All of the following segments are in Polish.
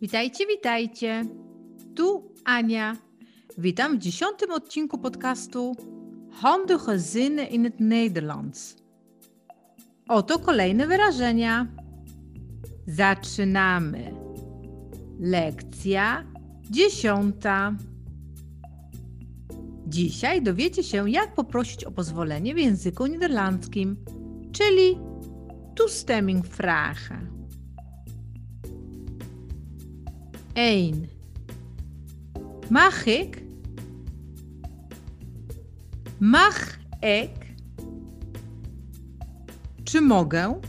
Witajcie, witajcie. Tu Ania. Witam w 10. odcinku podcastu Handige zinnen in het Nederlands. Oto kolejne wyrażenia. Zaczynamy. Lekcja 10. Dzisiaj dowiecie się, jak poprosić o pozwolenie w języku niderlandzkim, czyli toestemming vragen. 1. Mag ik? Mag ik? Czy mogę?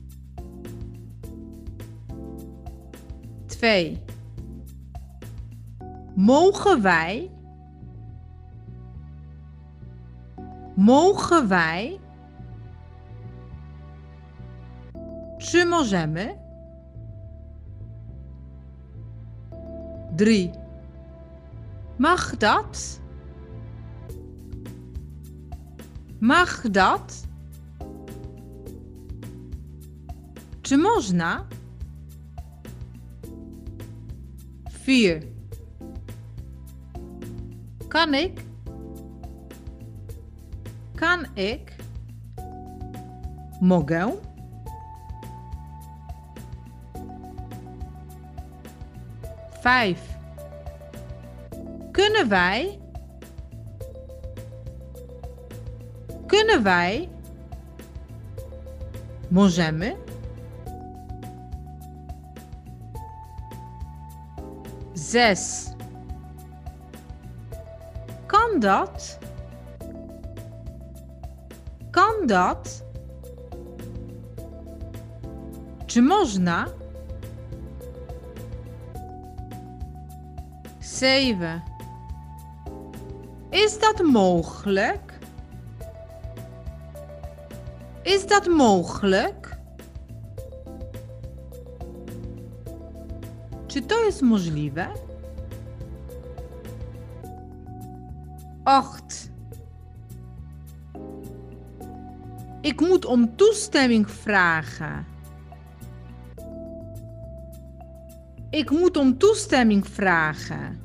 2. Mogen wij? Mogen wij? Czy możemy? 3. Mag dat? Mag dat? Czy można? 4. Kan ik? Kan ik? Mogę? 5. Kunnen wij? Kunnen wij? Możemy? 6. Kan dat? Kan dat? Czy można? 7. Is dat mogelijk? Is dat mogelijk? Czy to jest możliwe? 8. Ik moet om toestemming vragen. Ik moet om toestemming vragen.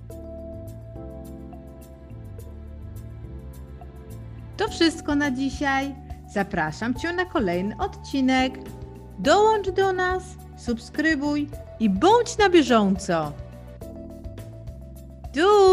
To wszystko na dzisiaj. Zapraszam Cię na kolejny odcinek. Dołącz do nas, subskrybuj i bądź na bieżąco. Doei!